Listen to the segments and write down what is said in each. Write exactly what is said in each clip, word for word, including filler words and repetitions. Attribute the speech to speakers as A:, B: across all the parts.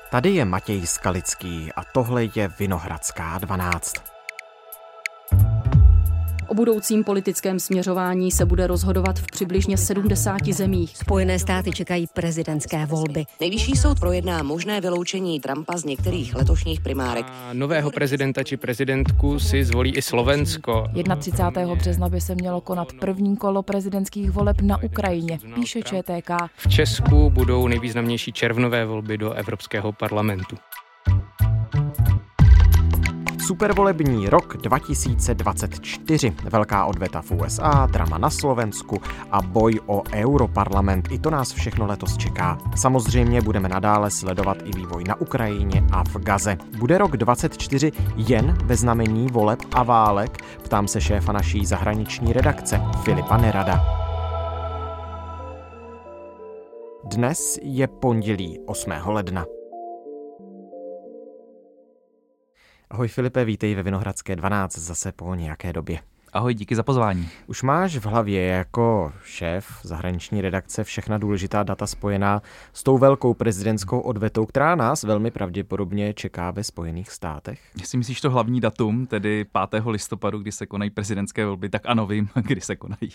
A: Tady je Matěj Skalický a tohle je Vinohradská dvanáct.
B: O budoucím politickém směřování se bude rozhodovat v přibližně sedmdesáti zemích.
C: Spojené státy čekají prezidentské volby.
D: Nejvyšší soud projedná možné vyloučení Trumpa z některých letošních primárek.
E: A nového prezidenta či prezidentku si zvolí i Slovensko.
F: třicátého prvního března by se mělo konat první kolo prezidentských voleb na Ukrajině, píše Č T K.
E: V Česku budou nejvýznamnější červnové volby do Evropského parlamentu.
A: Supervolební rok dva tisíce dvacet čtyři. Velká odveta v U S A, drama na Slovensku a boj o Europarlament. I to nás všechno letos čeká. Samozřejmě budeme nadále sledovat i vývoj na Ukrajině a v Gaze. Bude rok dvacet čtyři jen ve znamení voleb a válek? Ptám se šéfa naší zahraniční redakce Filipa Nerada. Dnes je pondělí osmého ledna. Ahoj Filipe, vítej ve Vinohradské dvanáct zase po nějaké době.
G: Ahoj, díky za pozvání.
A: Už máš v hlavě jako šéf zahraniční redakce všechna důležitá data spojená s tou velkou prezidentskou odvetou, která nás velmi pravděpodobně čeká ve Spojených státech?
G: Jestli myslíš to hlavní datum, tedy pátého listopadu, kdy se konají prezidentské volby, tak ano, vím, kdy se konají.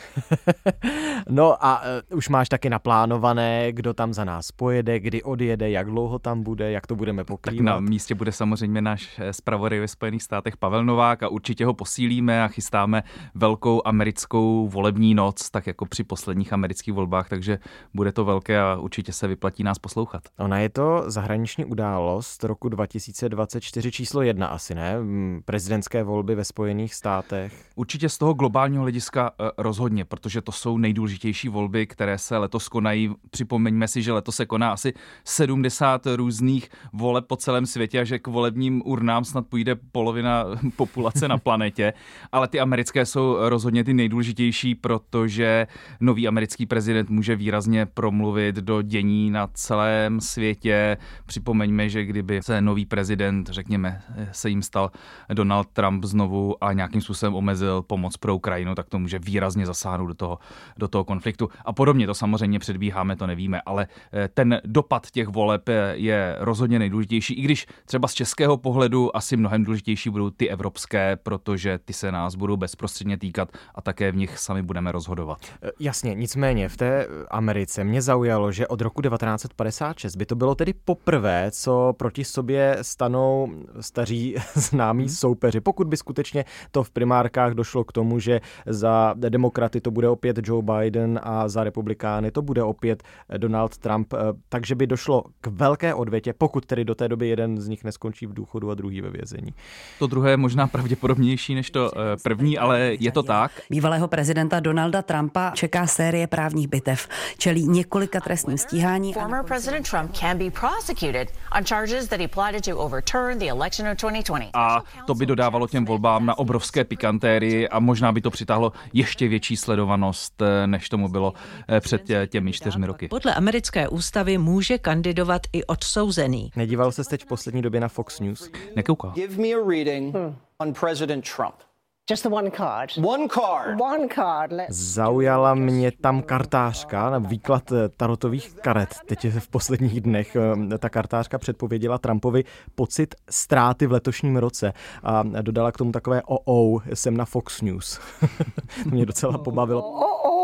A: No a uh, už máš taky naplánované, kdo tam za nás pojede, kdy odjede, jak dlouho tam bude, jak to budeme pokrývat?
G: Tak na místě bude samozřejmě náš zpravodaj ve Spojených státech Pavel Novák a určitě ho posílíme a chystáme velkou americkou volební noc, tak jako při posledních amerických volbách, takže bude to velké a určitě se vyplatí nás poslouchat.
A: Ona je to zahraniční událost roku dva tisíce dvacet čtyři číslo jedna asi, ne? Prezidentské volby ve Spojených státech.
G: Určitě z toho globálního hlediska rozhodně, protože to jsou nejdůležitější volby, které se letos konají. Připomeňme si, že letos se koná asi sedmdesát různých voleb po celém světě a že k volebním urnám snad půjde polovina populace na planetě, ale ty americké jsou rozhodně ty nejdůležitější, protože nový americký prezident může výrazně promluvit do dění na celém světě. Připomeňme, že kdyby se nový prezident, řekněme, se jim stal Donald Trump znovu a nějakým způsobem omezil pomoc pro Ukrajinu, tak to může výrazně zasáhnout do toho, do toho konfliktu. A podobně to samozřejmě předbíháme, to nevíme, ale ten dopad těch voleb je rozhodně nejdůležitější, i když třeba z českého pohledu asi mnohem důležitější budou ty evropské, protože ty se nás budou bezprostředně týkat a také v nich sami budeme rozhodovat.
A: Jasně, nicméně v té Americe mě zaujalo, že od roku devatenáct set padesát šest by to bylo tedy poprvé, co proti sobě stanou staří známí hmm. soupeři. Pokud by skutečně to v primárkách došlo k tomu, že za demokraty to bude opět Joe Biden a za republikány to bude opět Donald Trump, takže by došlo k velké odvetě, pokud tedy do té doby jeden z nich neskončí v důchodu a druhý ve vězení.
G: To druhé je možná pravděpodobnější než to první, ale je to tak.
C: Bývalého prezidenta Donalda Trumpa čeká série právních bitev. Čelí několika trestním stíhání.
H: Former President Trump can be prosecuted on charges that he plotted to overturn the election of twenty twenty.
G: A to by dodávalo těm volbám na obrovské pikantérii a možná by to přitáhlo ještě větší sledovanost, než tomu bylo před těmi čtyřmi roky.
I: Podle americké ústavy může kandidovat i odsouzený.
A: Nedíval ses teď v poslední době na Fox News?
G: Nekoukal.
J: Give me a reading on President Trump.
K: Just the one card.
J: One card.
K: One card. Let's...
A: Zaujala mě tam kartářka na výklad tarotových karet. Teď v posledních dnech ta kartářka předpověděla Trumpovi pocit ztráty v letošním roce a dodala k tomu takové o-o, jsem na Fox News. To mě docela pobavilo.
K: O-o.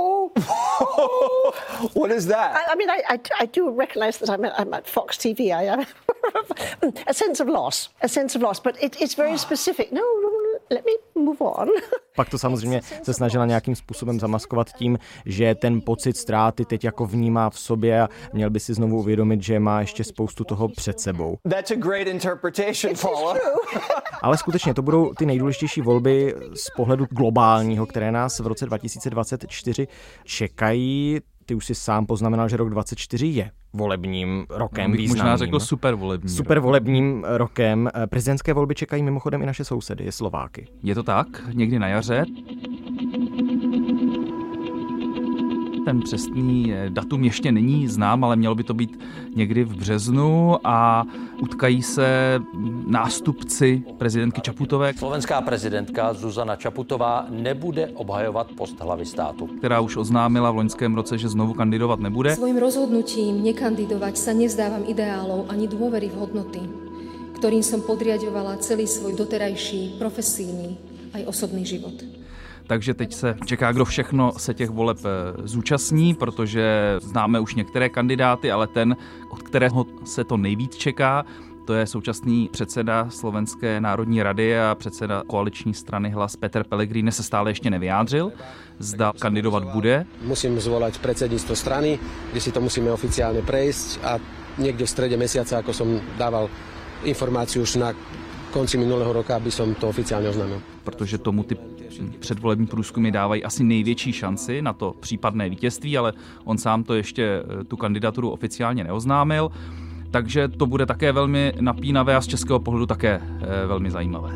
J: What is that?
K: I, I mean, I, I, I do recognize that I'm at, I'm at Fox T V. I am a sense of loss, a sense of loss, but it, it's very specific. No, no, let me move on.
A: Pak to samozřejmě se snažila nějakým způsobem zamaskovat tím, že ten pocit ztráty teď jako vnímá v sobě a měl by si znovu uvědomit, že má ještě spoustu toho před sebou.
J: That's a great interpretation, Paula.
A: Ale skutečně to budou ty nejdůležitější volby z pohledu globálního, které nás v roce dva tisíce dvacet čtyři čekají. Ty už si sám poznamenal, že rok dvacet čtyři je volebním rokem
G: no,
A: významným.
G: Možná řekl supervolebním.
A: Supervolebním rokem. Prezidentské volby čekají mimochodem i naše sousedy, Slováky.
G: Je to tak? Někdy na jaře. ten přesný datum ještě není znám, ale mělo by to být někdy v březnu a utkají se nástupci prezidentky Čaputové.
L: Slovenská prezidentka Zuzana Čaputová nebude obhajovat post hlavy státu.
G: Která už oznámila v loňském roce, že znovu kandidovat nebude.
M: Svojím rozhodnutím nekandidovať sa nevzdávam ideálov ani dôvery v hodnoty, ktorým som podriaďovala celý svoj doterajší profesijní aj osobný život.
G: Takže teď se čeká, kdo všechno se těch voleb zúčastní, protože známe už některé kandidáty, ale ten, od kterého se to nejvíc čeká, to je současný předseda Slovenské národní rady a předseda koaliční strany Hlas Peter Pellegrini se stále ještě nevyjádřil, zda kandidovat bude.
N: Musím zvolať predsedníctvo strany, kde si to musíme oficiálne prejsť a niekde v strede mesiaca, ako som dával informáciu už na konci minulého roka, aby som to oficiálně oznámil.
G: Protože tomu ty předvolební průzkumy dávají asi největší šanci na to případné vítězství, ale on sám to ještě tu kandidaturu oficiálně neoznámil, takže to bude také velmi napínavé a z českého pohledu také velmi zajímavé.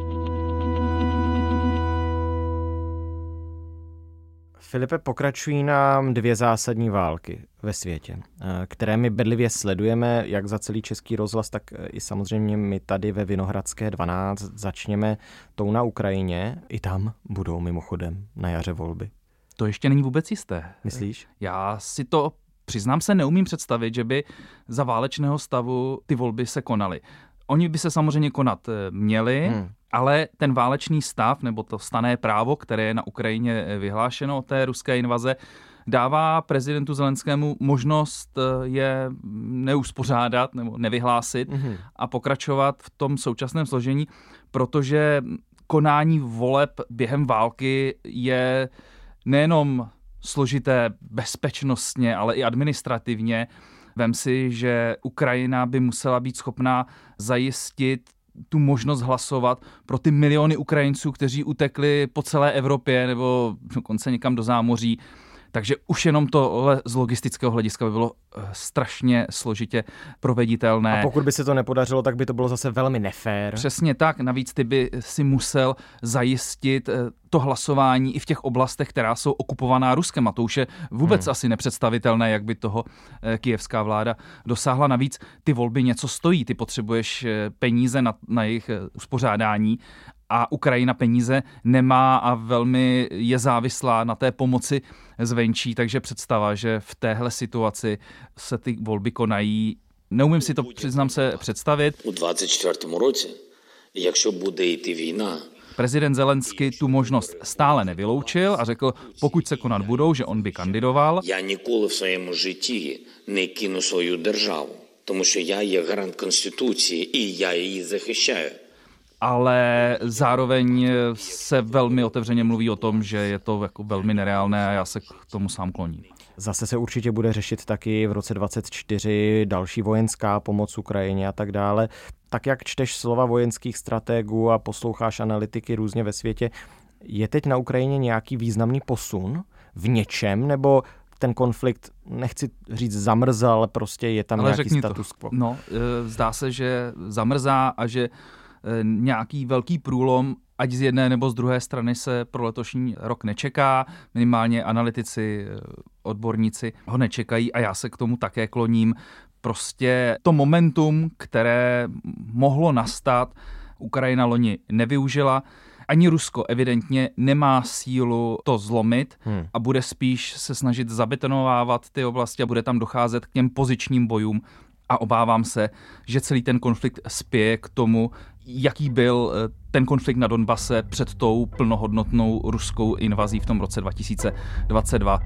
A: Filipe, pokračují nám dvě zásadní války ve světě, které my bedlivě sledujeme, jak za celý Český rozhlas, tak i samozřejmě my tady ve Vinohradské dvanáct začněme tou na Ukrajině. I tam budou mimochodem na jaře volby.
G: To ještě není vůbec jisté.
A: Myslíš?
G: Já si to, přiznám se, neumím představit, že by za válečného stavu ty volby se konaly. Oni by se samozřejmě konat měli, hmm. ale ten válečný stav, nebo to stanné právo, které je na Ukrajině vyhlášeno od té ruské invaze, dává prezidentu Zelenskému možnost je neuspořádat nebo nevyhlásit hmm. a pokračovat v tom současném složení, protože konání voleb během války je nejenom složité bezpečnostně, ale i administrativně. Vem si, že Ukrajina by musela být schopná zajistit tu možnost hlasovat pro ty miliony Ukrajinců, kteří utekli po celé Evropě nebo dokonce někam do zámoří. Takže už jenom to z logistického hlediska by bylo strašně složitě proveditelné.
A: A pokud by se to nepodařilo, tak by to bylo zase velmi nefér.
G: Přesně tak. Navíc ty by si musel zajistit to hlasování i v těch oblastech, která jsou okupovaná Ruskem. A to už je vůbec hmm. asi nepředstavitelné, jak by toho kyjevská vláda dosáhla. Navíc ty volby něco stojí. Ty potřebuješ peníze na, na jejich uspořádání. A Ukrajina peníze nemá a velmi je závislá na té pomoci zvenčí, takže představa, že v téhle situaci se ty volby konají, neumím si to, přiznám se, představit.
O: U dvacet čtvrtém roce, jakщо bude jít vojna.
G: Prezident Zelensky tu možnost stále nevyloučil a řekl, pokud se konat budou, že on by kandidoval.
O: Já nikoli v svém životě nekinu svou državu, тому що я є гарант конституції і я її захищаю.
G: Ale zároveň se velmi otevřeně mluví o tom, že je to jako velmi nereálné a já se k tomu sám kloním.
A: Zase se určitě bude řešit taky v roce dvacet čtyři další vojenská pomoc Ukrajině a tak dále. Tak jak čteš slova vojenských strategů a posloucháš analytiky různě ve světě, je teď na Ukrajině nějaký významný posun v něčem, nebo ten konflikt, nechci říct zamrzl, ale prostě je tam
G: ale
A: nějaký status quo?
G: No, zdá se, že zamrzá a že nějaký velký průlom, ať z jedné nebo z druhé strany, se pro letošní rok nečeká. Minimálně analytici, odborníci ho nečekají a já se k tomu také kloním. Prostě to momentum, které mohlo nastat, Ukrajina loni nevyužila. Ani Rusko evidentně nemá sílu to zlomit hmm. a bude spíš se snažit zabetonovávat ty oblasti a bude tam docházet k těm pozičním bojům. A obávám se, že celý ten konflikt spěje k tomu, jaký byl ten konflikt na Donbase před tou plnohodnotnou ruskou invazí v tom roce dva tisíce dvacet dva.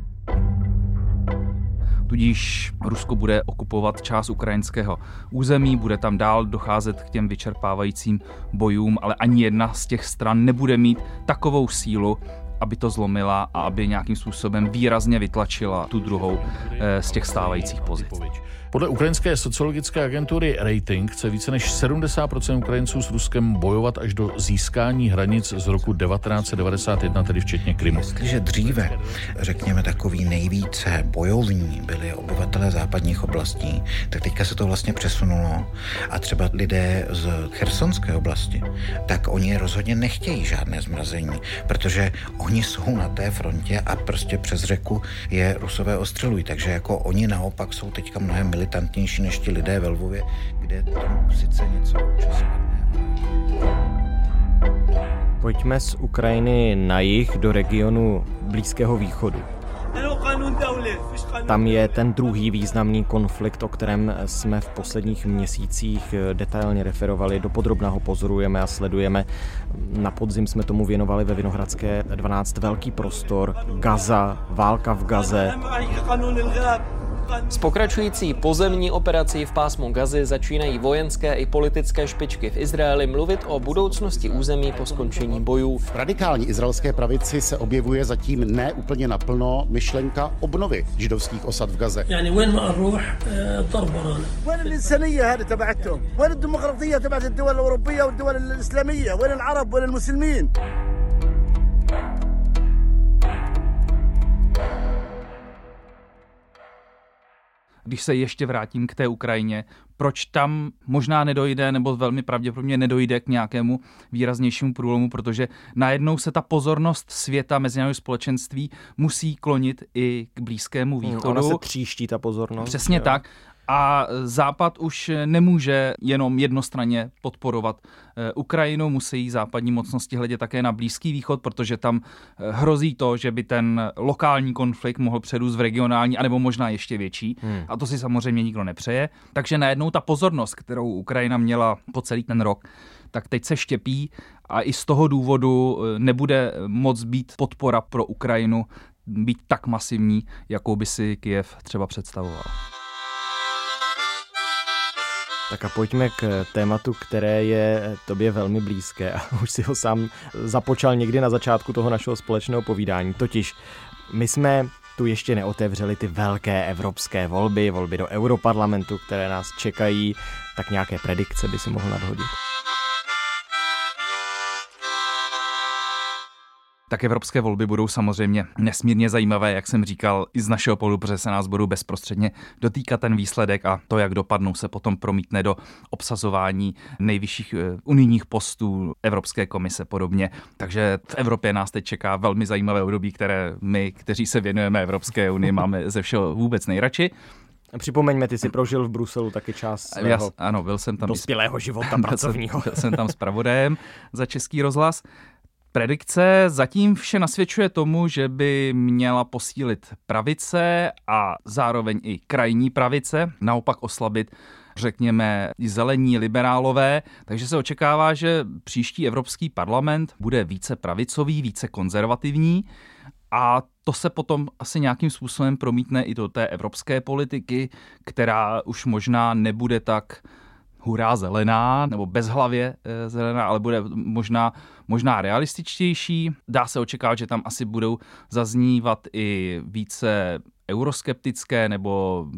G: Tudíž Rusko bude okupovat část ukrajinského území, bude tam dál docházet k těm vyčerpávajícím bojům, ale ani jedna z těch stran nebude mít takovou sílu, aby to zlomila a aby nějakým způsobem výrazně vytlačila tu druhou z těch stávajících pozic.
P: Podle ukrajinské sociologické agentury Rating chce více než sedmdesát procent Ukrajinců s Ruskem bojovat až do získání hranic z roku devatenáct set devadesát jedna, tedy včetně Krymu.
Q: Jestliže dříve, řekněme, takový nejvíce bojovní byli obyvatelé západních oblastí, tak teďka se to vlastně přesunulo a třeba lidé z Chersonské oblasti, tak oni rozhodně nechtějí žádné zmrazení, protože oni jsou na té frontě a prostě přes řeku je Rusové ostřelují, takže jako oni naopak jsou teďka mnohem militantnější než ti lidé ve Lvově, kde tomu sice něco občas padne.
A: Pojďme z Ukrajiny na jih do regionu Blízkého východu. Tam je ten druhý významný konflikt, o kterém jsme v posledních měsících detailně referovali, dopodrobna ho pozorujeme a sledujeme. Na podzim jsme tomu věnovali ve Vinohradské dvanáct velký prostor, Gaza, válka v Gaze.
R: S pokračující pozemní operací v pásmu Gazy začínají vojenské i politické špičky v Izraeli mluvit o budoucnosti území po skončení bojů.
S: V radikální izraelské pravici se objevuje zatím ne úplně naplno myšlenka obnovy židovských osad v Gaze.
G: Když se ještě vrátím k té Ukrajině, proč tam možná nedojde, nebo velmi pravděpodobně nedojde k nějakému výraznějšímu průlomu, protože najednou se ta pozornost světa, mezinárodního společenství musí klonit i k Blízkému východu.
A: Ona se tříští ta pozornost.
G: Přesně jo. tak. A Západ už nemůže jenom jednostranně podporovat Ukrajinu, musí západní mocnosti hledět také na Blízký východ, protože tam hrozí to, že by ten lokální konflikt mohl přerůst v regionální, anebo možná ještě větší. Hmm. A to si samozřejmě nikdo nepřeje. Takže najednou ta pozornost, kterou Ukrajina měla po celý ten rok, tak teď se štěpí a i z toho důvodu nebude moc být podpora pro Ukrajinu být tak masivní, jakou by si Kyjev třeba představoval.
A: Tak a pojďme k tématu, které je tobě velmi blízké a už si ho sám započal někdy na začátku toho našeho společného povídání. Totiž my jsme tu ještě neotevřeli ty velké evropské volby, volby do Europarlamentu, které nás čekají, tak nějaké predikce by si mohl nadhodit.
G: Tak evropské volby budou samozřejmě nesmírně zajímavé, jak jsem říkal, i z našeho pohledu, protože se nás budou bezprostředně dotýkat ten výsledek a to, jak dopadnou, se potom promítne do obsazování nejvyšších unijních postů Evropské komise podobně. Takže v Evropě nás teď čeká velmi zajímavé období, které my, kteří se věnujeme Evropské unii, máme ze všeho vůbec nejradši.
A: Připomeňme, ty jsi prožil v Bruselu taky část svého
G: Jas, ano, byl jsem tam
A: dospělého života pracovního.
G: Byl jsem tam zpravodajem za Český rozhlas. Predikce zatím vše nasvědčuje tomu, že by měla posílit pravice a zároveň i krajní pravice, naopak oslabit, řekněme, i zelení liberálové, takže se očekává, že příští Evropský parlament bude více pravicový, více konzervativní a to se potom asi nějakým způsobem promítne i do té evropské politiky, která už možná nebude tak hurá zelená, nebo bezhlavě zelená, ale bude možná, možná realističtější. Dá se očekávat, že tam asi budou zaznívat i více euroskeptické nebo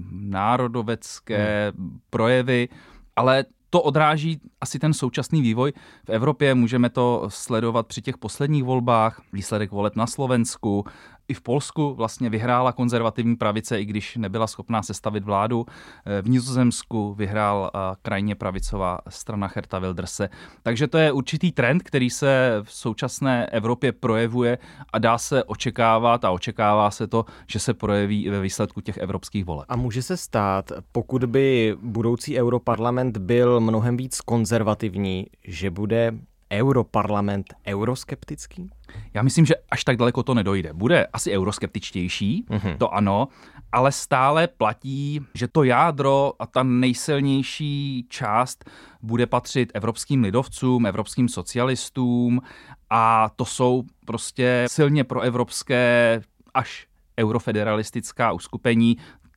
G: národovecké hmm. projevy, ale to odráží asi ten současný vývoj v Evropě. Můžeme to sledovat při těch posledních volbách, výsledek voleb na Slovensku. I v Polsku vlastně vyhrála konzervativní pravice, i když nebyla schopná sestavit vládu. V Nizozemsku vyhrál krajně pravicová strana Geerta Wilderse. Takže to je určitý trend, který se v současné Evropě projevuje a dá se očekávat a očekává se to, že se projeví i ve výsledku těch evropských voleb.
A: A může se stát, pokud by budoucí europarlament byl mnohem víc konzervativní, že bude Europarlament euroskeptický?
G: Já myslím, že až tak daleko to nedojde. Bude asi euroskeptičtější, mm-hmm. to ano, ale stále platí, že to jádro a ta nejsilnější část bude patřit evropským lidovcům, evropským socialistům a to jsou prostě silně proevropské až eurofederalistická uskupení.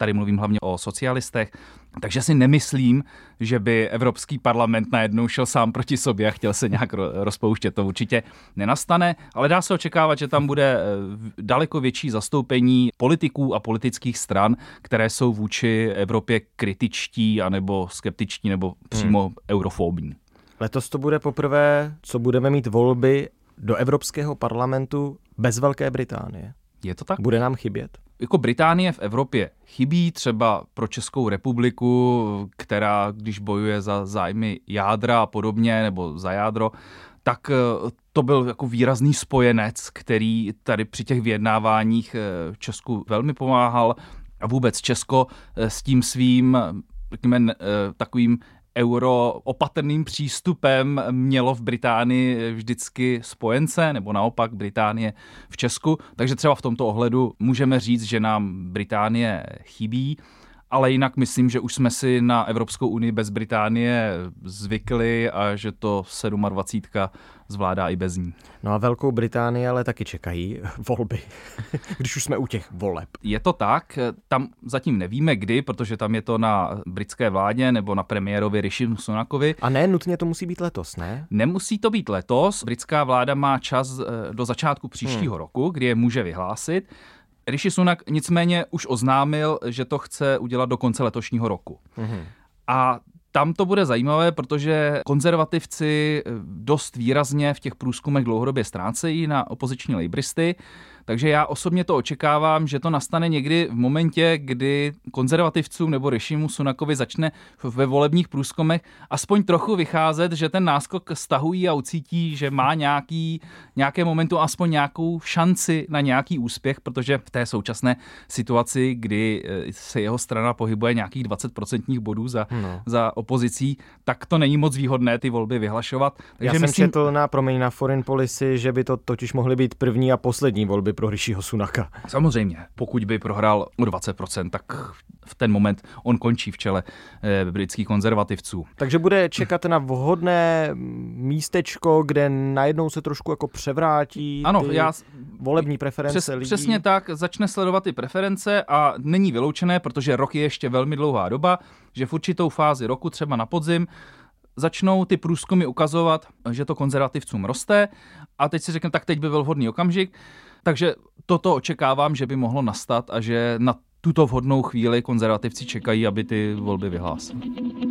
G: tady mluvím hlavně o socialistech, takže si nemyslím, že by Evropský parlament najednou šel sám proti sobě a chtěl se nějak rozpouštět. To určitě nenastane, ale dá se očekávat, že tam bude daleko větší zastoupení politiků a politických stran, které jsou vůči Evropě kritičtí anebo skeptičtí nebo přímo hmm. eurofobní.
A: Letos to bude poprvé, co budeme mít volby do Evropského parlamentu bez Velké Británie.
G: Je to tak?
A: Bude nám chybět?
G: Jako Británie v Evropě chybí třeba pro Českou republiku, která když bojuje za zájmy jádra a podobně, nebo za jádro, tak to byl jako výrazný spojenec, který tady při těch vyjednáváních Česku velmi pomáhal a vůbec Česko s tím svým řekněme, takovým euroopatrným přístupem mělo v Británii vždycky spojence, nebo naopak Británie v Česku. Takže třeba v tomto ohledu můžeme říct, že nám Británie chybí, ale jinak myslím, že už jsme si na Evropskou unii bez Británie zvykli a že to dvacet sedm zvládá i bez ní.
A: No a Velkou Británii ale taky čekají volby, když už jsme u těch voleb.
G: Je to tak, tam zatím nevíme kdy, protože tam je to na britské vládě nebo na premiérovi Rishi Sunakovi.
A: A ne, nutně to musí být letos, ne?
G: Nemusí to být letos. Britská vláda má čas do začátku příštího hmm. roku, kdy je může vyhlásit. Rishi Sunak nicméně už oznámil, že to chce udělat do konce letošního roku. Mm-hmm. A tam to bude zajímavé, protože konzervativci dost výrazně v těch průzkumech dlouhodobě ztrácejí na opoziční lejbristy, takže já osobně to očekávám, že to nastane někdy v momentě, kdy konzervativcům nebo Rishimu Sunakovi začne ve volebních průzkumech aspoň trochu vycházet, že ten náskok stahují a ucítí, že má nějaký, nějaké momentu aspoň nějakou šanci na nějaký úspěch, protože v té současné situaci, kdy se jeho strana pohybuje nějakých dvacet procentních bodů za, no. za opozicí, tak to není moc výhodné ty volby vyhlašovat. Takže
A: já jsem
G: myslím...
A: četl na, promiň, na Foreign Policy, že by to totiž mohly být první a poslední volby pro Rishiho Sunaka.
G: Samozřejmě, pokud by prohrál o dvacet procent, tak v ten moment on končí v čele eh, britských konzervativců.
A: Takže bude čekat na vhodné místečko, kde najednou se trošku jako převrátí
G: ano,
A: ty
G: já,
A: volební preference
G: přes,
A: lidí.
G: Přesně tak, začne sledovat ty preference a není vyloučené, protože rok je ještě velmi dlouhá doba, že v určitou fázi roku, třeba na podzim, začnou ty průzkumy ukazovat, že to konzervativcům roste a teď si řekne, tak teď by byl vhodný okamžik. Takže toto očekávám, že by mohlo nastat a že na tuto vhodnou chvíli konzervativci čekají, aby ty volby vyhlásili.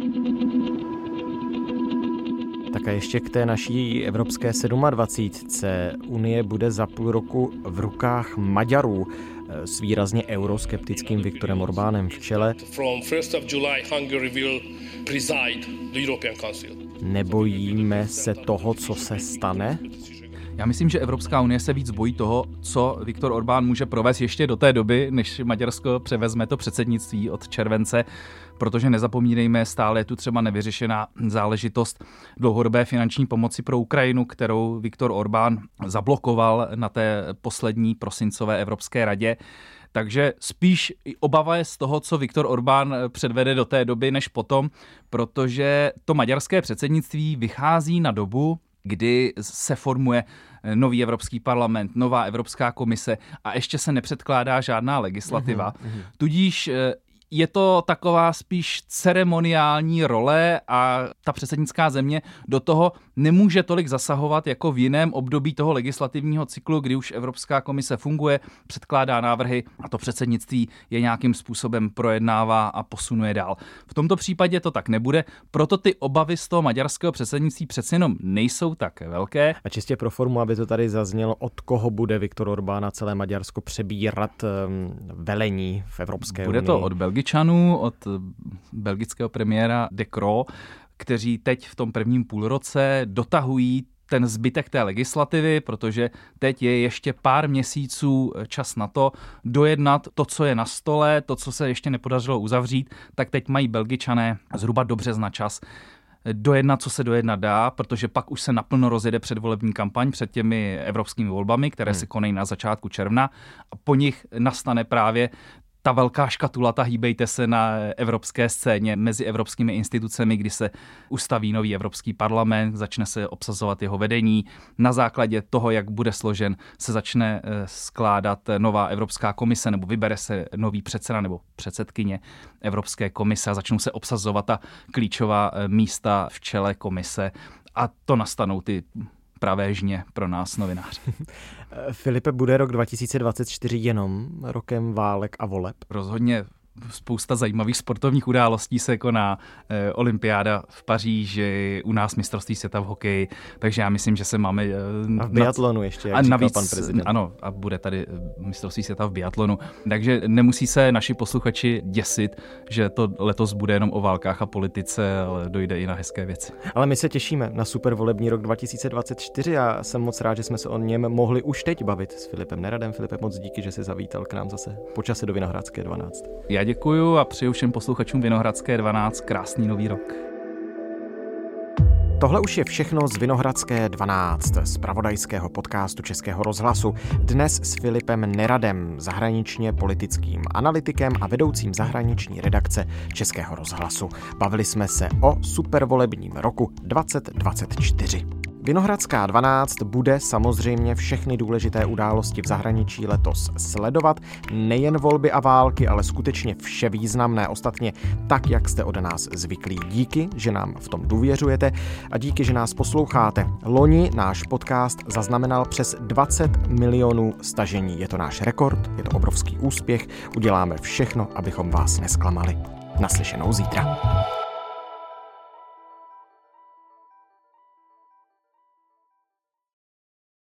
A: Tak a ještě k té naší evropské sedmadvacítce. Unie bude za půl roku v rukách Maďarů s výrazně euroskeptickým Viktorem Orbánem v čele. Nebojíme se toho, co se stane?
G: Já myslím, že Evropská unie se víc bojí toho, co Viktor Orbán může provést ještě do té doby, než Maďarsko převezme to předsednictví od července, protože nezapomínejme, stále je tu třeba nevyřešená záležitost dlouhodobé finanční pomoci pro Ukrajinu, kterou Viktor Orbán zablokoval na té poslední prosincové Evropské radě. Takže spíš obava je z toho, co Viktor Orbán předvede do té doby, než potom, protože to maďarské předsednictví vychází na dobu, kdy se formuje nový Evropský parlament, nová Evropská komise a ještě se nepředkládá žádná legislativa. Mm-hmm. Tudíž je to taková spíš ceremoniální role a ta předsednická země do toho nemůže tolik zasahovat jako v jiném období toho legislativního cyklu, kdy už Evropská komise funguje, předkládá návrhy a to předsednictví je nějakým způsobem projednává a posunuje dál. V tomto případě to tak nebude, proto ty obavy z toho maďarského předsednictví přece jenom nejsou tak velké.
A: A čistě pro formu, aby to tady zaznělo, od koho bude Viktor Orbán a celé Maďarsko přebírat um, velení v Evropské
G: bude
A: unii?
G: To od Belgičanů, od belgického premiéra De Croo, kteří teď v tom prvním půlroce dotahují ten zbytek té legislativy, protože teď je ještě pár měsíců čas na to dojednat to, co je na stole, to, co se ještě nepodařilo uzavřít, tak teď mají Belgičané zhruba do března čas dojednat, co se dojednat dá, protože pak už se naplno rozjede předvolební kampaň před těmi evropskými volbami, které hmm. se konají na začátku června a po nich nastane právě ta velká škatulata hýbejte se na evropské scéně mezi evropskými institucemi, kdy se ustaví nový Evropský parlament, začne se obsazovat jeho vedení. Na základě toho, jak bude složen, se začne skládat nová Evropská komise nebo vybere se nový předseda nebo předsedkyně Evropské komise a začnou se obsazovat ta klíčová místa v čele komise a to nastanou ty pravé žně pro nás novináře.
A: Filipe, bude rok dva tisíce dvacet čtyři jenom rokem válek a voleb?
G: Rozhodně spousta zajímavých sportovních událostí se koná. E, olympiáda v Paříži, u nás mistrovství světa v hokeji, takže já myslím, že se máme... E,
A: a v biatlonu ještě, jak
G: a
A: říkal
G: navíc,
A: pan prezident.
G: Ano, a bude tady mistrovství světa v biatlonu. Takže nemusí se naši posluchači děsit, že to letos bude jenom o válkách a politice, ale dojde i na hezké věci.
A: Ale my se těšíme na super volební rok dva tisíce dvacet čtyři a jsem moc rád, že jsme se o něm mohli už teď bavit s Filipem Neradem. Filipe, moc díky, že jsi zavítal k nám zase po čase do Vinohradské dvanáct.
G: Já děkuju a přeju všem posluchačům Vinohradské dvanáct krásný nový rok.
A: Tohle už je všechno z Vinohradské dvanáct, z zpravodajského podcastu Českého rozhlasu. Dnes s Filipem Neradem, zahraničně politickým analytikem a vedoucím zahraniční redakce Českého rozhlasu. Bavili jsme se o supervolebním roku dvacet dvacet čtyři. Vinohradská dvanáct bude samozřejmě všechny důležité události v zahraničí letos sledovat. Nejen volby a války, ale skutečně vše významné. Ostatně tak, jak jste od nás zvyklí. Díky, že nám v tom důvěřujete a díky, že nás posloucháte. Loni náš podcast zaznamenal přes dvacet milionů stažení. Je to náš rekord, je to obrovský úspěch. Uděláme všechno, abychom vás nesklamali. Naslyšenou zítra.